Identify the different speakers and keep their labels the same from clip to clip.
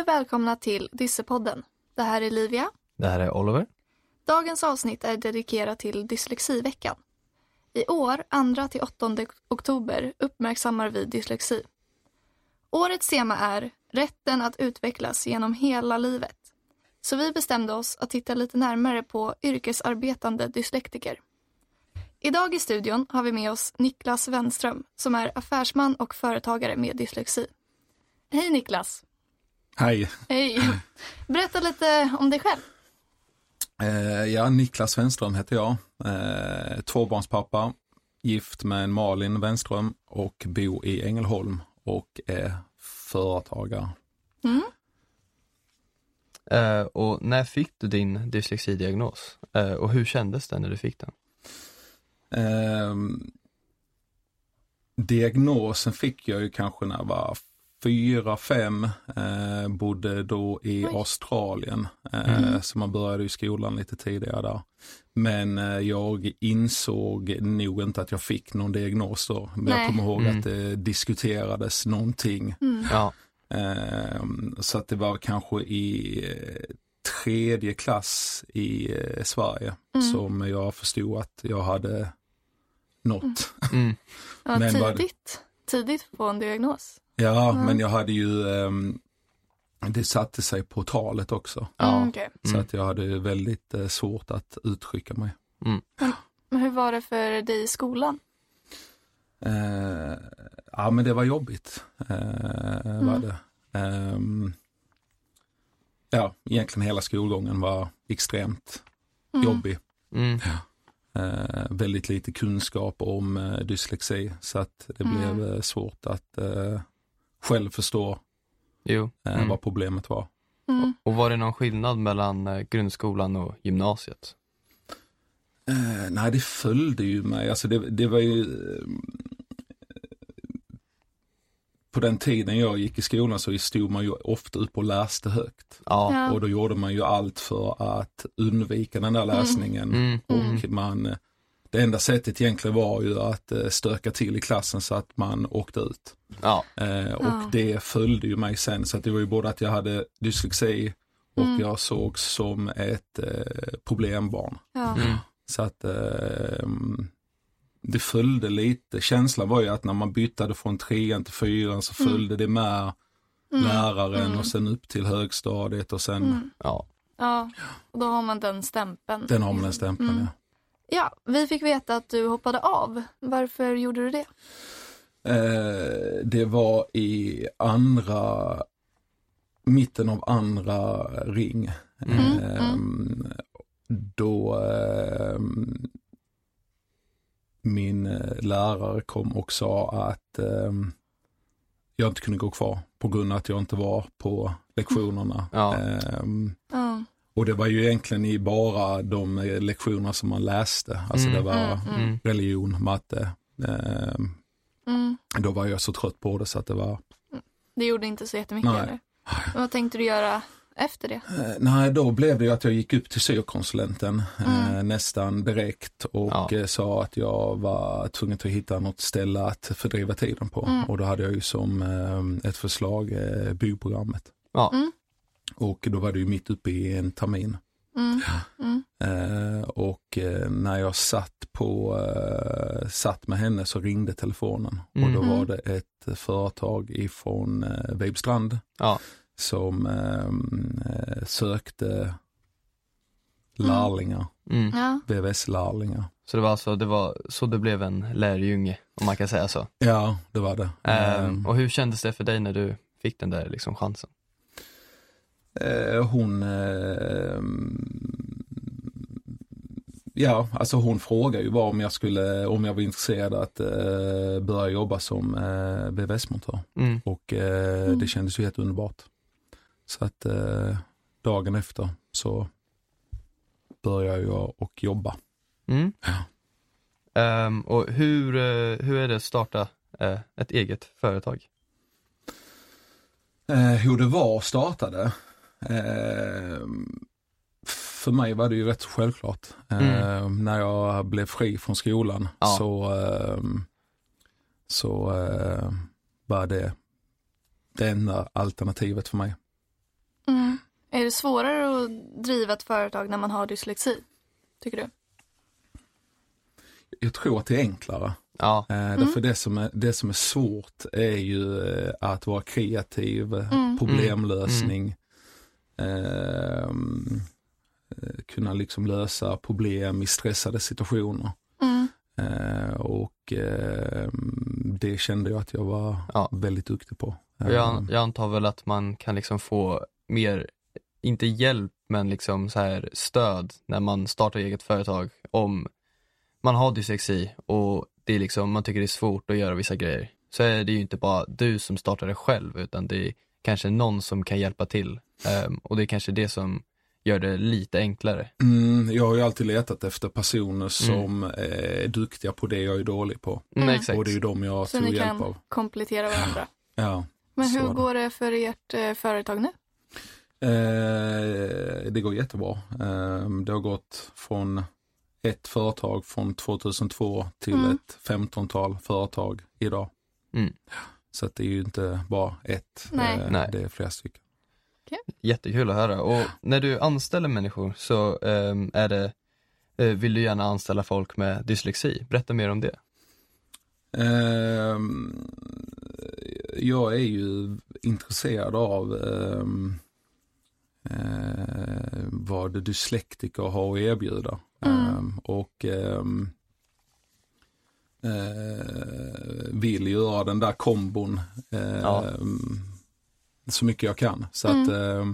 Speaker 1: välkomna till Dyssepodden. Det här är Livia.
Speaker 2: Det här är Oliver.
Speaker 1: Dagens avsnitt är dedikerat till dyslexiveckan. I år, 2-8 oktober, uppmärksammar vi dyslexi. Årets tema är rätten att utvecklas genom hela livet. Så vi bestämde oss att titta lite närmare på yrkesarbetande dyslektiker. Idag i studion har vi med oss Niklas Wenström som är affärsman och företagare med dyslexi. Hej Niklas!
Speaker 3: Hej!
Speaker 1: Hej! Berätta lite om dig själv.
Speaker 3: Niklas Wenström heter jag. Tvåbarnspappa, gift med en Malin Wenström och bor i Ängelholm och är företagare.
Speaker 1: Mm.
Speaker 2: Och när fick du din dyslexidiagnos? Och hur kändes det när du fick den?
Speaker 3: Diagnosen fick jag ju kanske när jag var 4-5, bodde då i Australien, så man började i skolan lite tidigare där. Men jag insåg nog inte att jag fick någon diagnos då. Men jag kommer ihåg att det diskuterades någonting.
Speaker 2: Ja.
Speaker 3: Så att det var kanske i 3:e klass i Sverige som jag förstod att jag hade något.
Speaker 1: Ja,
Speaker 3: Men
Speaker 1: tidigt på en diagnos.
Speaker 3: Ja, men jag hade ju, det satte sig på talet också.
Speaker 1: Okay.
Speaker 3: Så att jag hade väldigt svårt att uttrycka mig.
Speaker 1: Men hur var det för dig i skolan?
Speaker 3: Ja, men det var jobbigt. Var det. Ja, egentligen hela skolgången var extremt jobbig. Väldigt lite kunskap om dyslexi, så att det blev svårt att själv förstå vad problemet var.
Speaker 2: Och var det någon skillnad mellan grundskolan och gymnasiet?
Speaker 3: Nej, det följde ju mig. Alltså det var ju... På den tiden jag gick i skolan så stod man ju ofta upp och läste högt.
Speaker 2: Ja.
Speaker 3: Och då gjorde man ju allt för att undvika den där läsningen. Och det enda sättet egentligen var ju att stöka till i klassen så att man åkte ut. Och det följde ju mig sen. Så att det var ju både att jag hade dyslexi och jag såg som ett problembarn. Så att det följde lite. Känslan var ju att när man byttade från 3:an till 4:an så följde det med läraren och sen upp till högstadiet och sen...
Speaker 1: Ja, och då har man den stämpeln.
Speaker 3: Den har man den stämpeln, ja.
Speaker 1: Ja, vi fick veta att du hoppade av. Varför gjorde du det?
Speaker 3: Det var i mitten av andra ring. Då min lärare kom och sa att jag inte kunde gå kvar på grund av att jag inte var på lektionerna. Och det var ju egentligen i bara de lektionerna som man läste. Alltså det var religion, matte. Då var jag så trött på det så att det var...
Speaker 1: Det gjorde inte så jättemycket, eller? Vad tänkte du göra efter det?
Speaker 3: Nej, då blev det ju att jag gick upp till syokonsulenten nästan direkt och sa att jag var tvungen att hitta något ställe att fördriva tiden på. Och då hade jag ju som ett förslag byggprogrammet. Och då var det ju mitt uppe i en termin. Och när jag satt med henne så ringde telefonen. Och då var det ett företag ifrån Vejbystrand som sökte lärlingar. VVS-lärlingar.
Speaker 2: Så det var så det blev en lärjunge, om man kan säga så. Ja,
Speaker 3: det var det.
Speaker 2: Och hur kändes det för dig när du fick den där liksom chansen?
Speaker 3: Hon frågade ju om jag var intresserad att börja jobba som VVS-montör. Och det kändes ju helt underbart. Så att dagen efter så började jag och jobba.
Speaker 2: Och hur är det att starta ett eget företag?
Speaker 3: Hur det var att starta det? För mig var det ju rätt självklart. När jag blev fri från skolan så var det enda alternativet för mig.
Speaker 1: Är det svårare att driva ett företag när man har dyslexi, tycker du?
Speaker 3: Jag tror att det är enklare.
Speaker 2: Ja.
Speaker 3: Därför det som är svårt är ju att vara kreativ, problemlösning, kunna liksom lösa problem i stressade situationer. Och det kände jag att jag var väldigt duktig på.
Speaker 2: Jag antar väl att man kan liksom få mer, inte hjälp, men liksom så här stöd när man startar eget företag om man har dyslexi och det är liksom, man tycker det är svårt att göra vissa grejer. Så är det ju inte bara du som startar det själv, utan det är kanske någon som kan hjälpa till. Och det är kanske det som gör det lite enklare.
Speaker 3: Jag har ju alltid letat efter personer som är duktiga på det jag är dålig på.
Speaker 2: Exakt.
Speaker 3: Och det är ju de jag tog hjälp av.
Speaker 1: Så ni kan komplettera varandra.
Speaker 3: Ja.
Speaker 1: Men hur går det för ert företag nu?
Speaker 3: Det går jättebra. Det har gått från ett företag från 2002 till ett 15-tal företag idag. Så att det är ju inte bara ett. Det är flera stycken.
Speaker 1: Okay.
Speaker 2: Jättekul att höra. Och när du anställer människor så vill du gärna anställa folk med dyslexi. Berätta mer om det.
Speaker 3: Jag är ju intresserad av vad dyslektiker har att erbjuda. Och vill göra den där kombon så mycket jag kan. Så att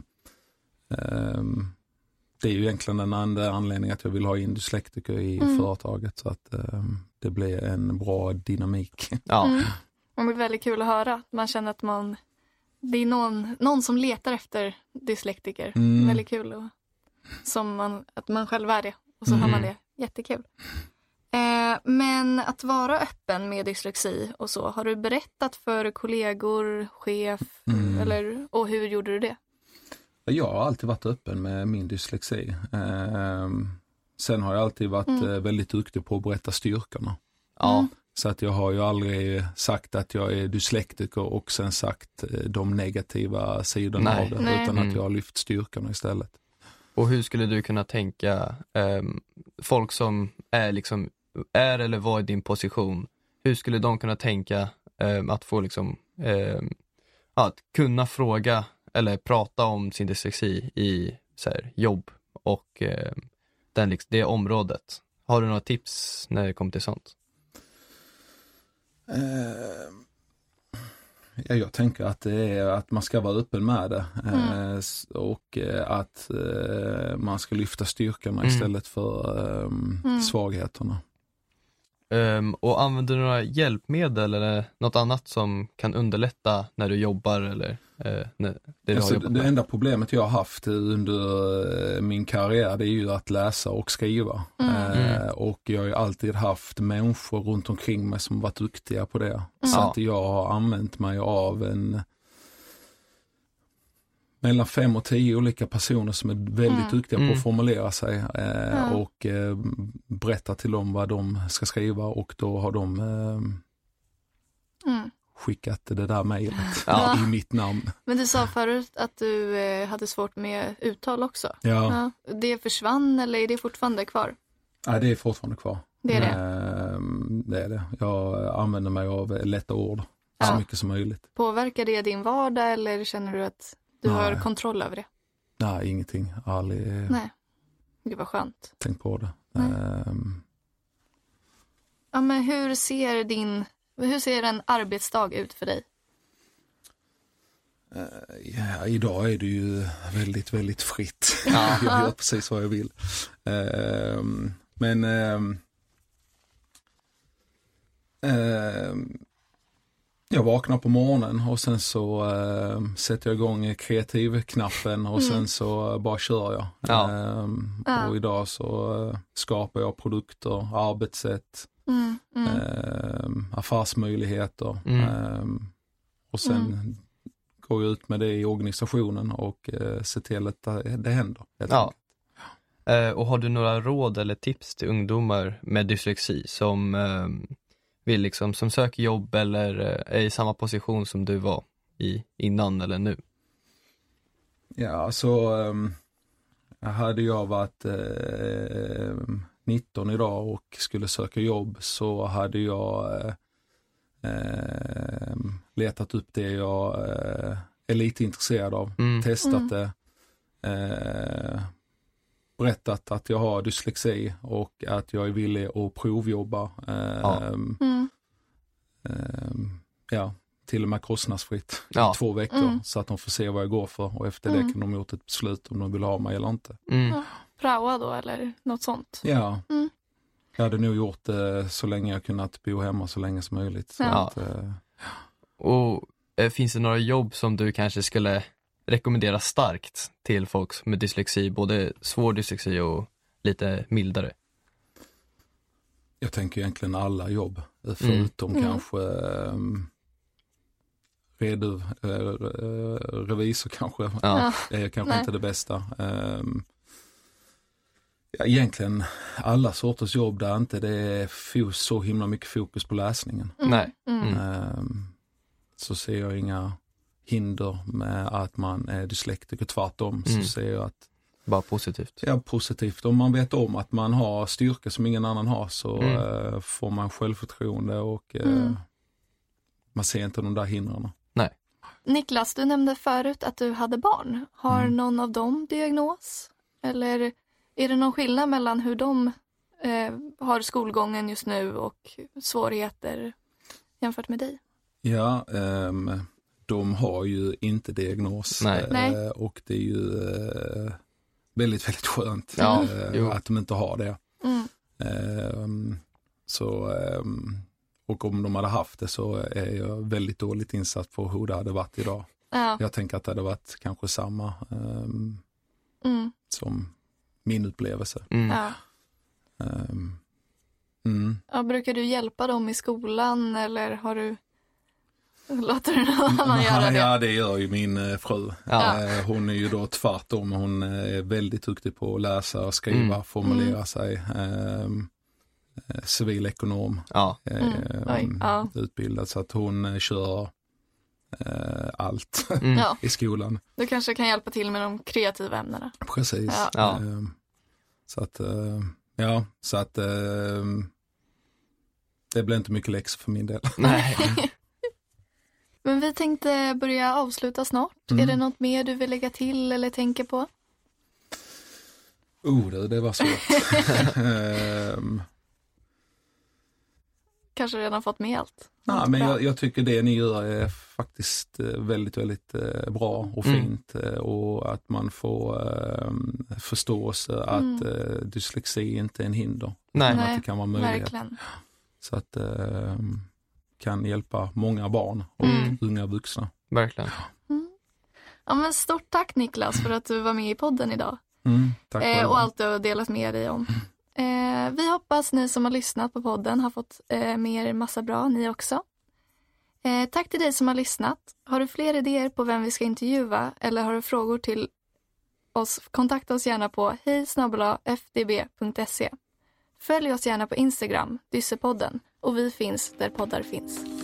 Speaker 3: det är ju egentligen den andra anledningen att jag vill ha in dyslektiker i företaget, så att det blir en bra dynamik.
Speaker 1: Det är väldigt kul att höra. Man känner att det är någon som letar efter dyslektiker. Väldigt kul. Och, att man själv är det. Och så har man det. Jättekul. Men att vara öppen med dyslexi och så. Har du berättat för kollegor, chef och hur gjorde du det?
Speaker 3: Jag har alltid varit öppen med min dyslexi. Sen har jag alltid varit väldigt duktig på att berätta styrkorna. Så att jag har ju aldrig sagt att jag är dyslektiker och sen sagt de negativa sidorna av det. Utan att jag har lyft styrkorna istället.
Speaker 2: Och hur skulle du kunna tänka folk som är eller var i din position, hur skulle de kunna tänka att få att kunna fråga eller prata om sin dyslexi i så här, jobb och det området? Har du några tips när det kommer till sånt?
Speaker 3: Jag tänker att det är att man ska vara öppen med det och att man ska lyfta styrkorna istället för svagheterna.
Speaker 2: Och använder du några hjälpmedel eller något annat som kan underlätta när du jobbar eller
Speaker 3: det enda problemet jag har haft under min karriär, det är ju att läsa och skriva. Och jag har ju alltid haft människor runt omkring mig som varit duktiga på det. Så att jag har använt mig av mellan 5 och 10 olika personer som är väldigt duktiga på att formulera sig och berätta till dem vad de ska skriva, och då har de skickat det där mejlet i mitt namn.
Speaker 1: Men du sa förut att du hade svårt med uttal också.
Speaker 3: Ja.
Speaker 1: Det försvann eller är det fortfarande kvar?
Speaker 3: Nej, det är fortfarande kvar.
Speaker 1: Det är det?
Speaker 3: Det är det. Jag använder mig av lätta ord så mycket som möjligt.
Speaker 1: Påverkar det din vardag eller känner du att du har kontroll över det?
Speaker 3: Nej, ingenting. Aldrig.
Speaker 1: Nej, det var skönt.
Speaker 3: Tänk på det.
Speaker 1: Ja, men hur ser en arbetsdag ut för dig?
Speaker 3: Idag är det ju väldigt, väldigt fritt. Jag gör precis vad jag vill. Men jag vaknar på morgonen och sen så sätter jag igång kreativknappen och sen så bara kör jag. Och idag så skapar jag produkter, arbetssätt, affärsmöjligheter. Och sen går jag ut med det i organisationen och ser till att det händer.
Speaker 2: Och har du några råd eller tips till ungdomar med dyslexi som vill som söker jobb eller är i samma position som du var i innan eller nu?
Speaker 3: Ja, så hade jag varit 19 idag och skulle söka jobb, så hade jag letat upp det jag är lite intresserad av, testat det, berättat att jag har dyslexi och att jag är villig att provjobba. Till och med kostnadsfritt i 2 veckor, så att de får se vad jag går för, och efter det kan de gjort ett beslut om de vill ha mig eller inte.
Speaker 1: Praoa då, eller något sånt?
Speaker 3: Ja. Jag hade nog gjort det så länge jag kunnat bo hemma så länge som möjligt. Så att,
Speaker 2: och finns det några jobb som du kanske skulle rekommendera starkt till folk med dyslexi, både svår dyslexi och lite mildare?
Speaker 3: Jag tänker egentligen alla jobb, förutom kanske revisor kanske. Är kanske inte det bästa. Egentligen alla sorters jobb där inte det är så himla mycket fokus på läsningen. Så ser jag inga hinder med att man är dyslektiker, tvärtom så ser jag att
Speaker 2: bara positivt.
Speaker 3: Ja, positivt. Om man vet om att man har styrka som ingen annan har, så får man självförtroende och man ser inte de där hindren.
Speaker 2: Nej.
Speaker 1: Niklas, du nämnde förut att du hade barn. Har någon av dem diagnos? Eller är det någon skillnad mellan hur de har skolgången just nu och svårigheter jämfört med dig?
Speaker 3: Ja, de har ju inte diagnos.
Speaker 2: Nej.
Speaker 3: Och det är ju väldigt, väldigt skönt att de inte har det. Och om de hade haft det, så är jag väldigt dåligt insatt på hur det hade varit idag. Jag tänker att det hade varit kanske samma som min upplevelse.
Speaker 1: Brukar du hjälpa dem i skolan, eller har du låter du någon annan göra det?
Speaker 3: Ja, det gör ju min fru. Hon är ju då tvärtom. Hon är väldigt duktig på att läsa och skriva, formulera sig. Civilekonom. Utbildad, så att hon kör allt i skolan.
Speaker 1: Du kanske kan hjälpa till med de kreativa ämnena.
Speaker 3: Precis. Så att det blir inte mycket läxor för min del.
Speaker 2: Nej.
Speaker 1: Men vi tänkte börja avsluta snart. Är det något mer du vill lägga till eller tänker på?
Speaker 3: Det var svårt.
Speaker 1: Kanske redan fått med allt.
Speaker 3: Nej, men jag tycker det ni gör är faktiskt väldigt, väldigt bra och fint. Och att man får förståelse att dyslexi inte är en hinder.
Speaker 2: Nej.
Speaker 3: Att det kan vara möjlighet.
Speaker 1: Verkligen.
Speaker 3: Så att kan hjälpa många barn och unga vuxna.
Speaker 2: Verkligen.
Speaker 1: Ja, men stort tack Niklas för att du var med i podden idag.
Speaker 3: Tack
Speaker 1: och allt du har delat med dig om. Vi hoppas ni som har lyssnat på podden har fått med er massa bra, ni också. Tack till dig som har lyssnat. Har du fler idéer på vem vi ska intervjua eller har du frågor till oss, kontakta oss gärna på hej@fdb.se. Följ oss gärna på Instagram, Dyssepodden, och vi finns där poddar finns.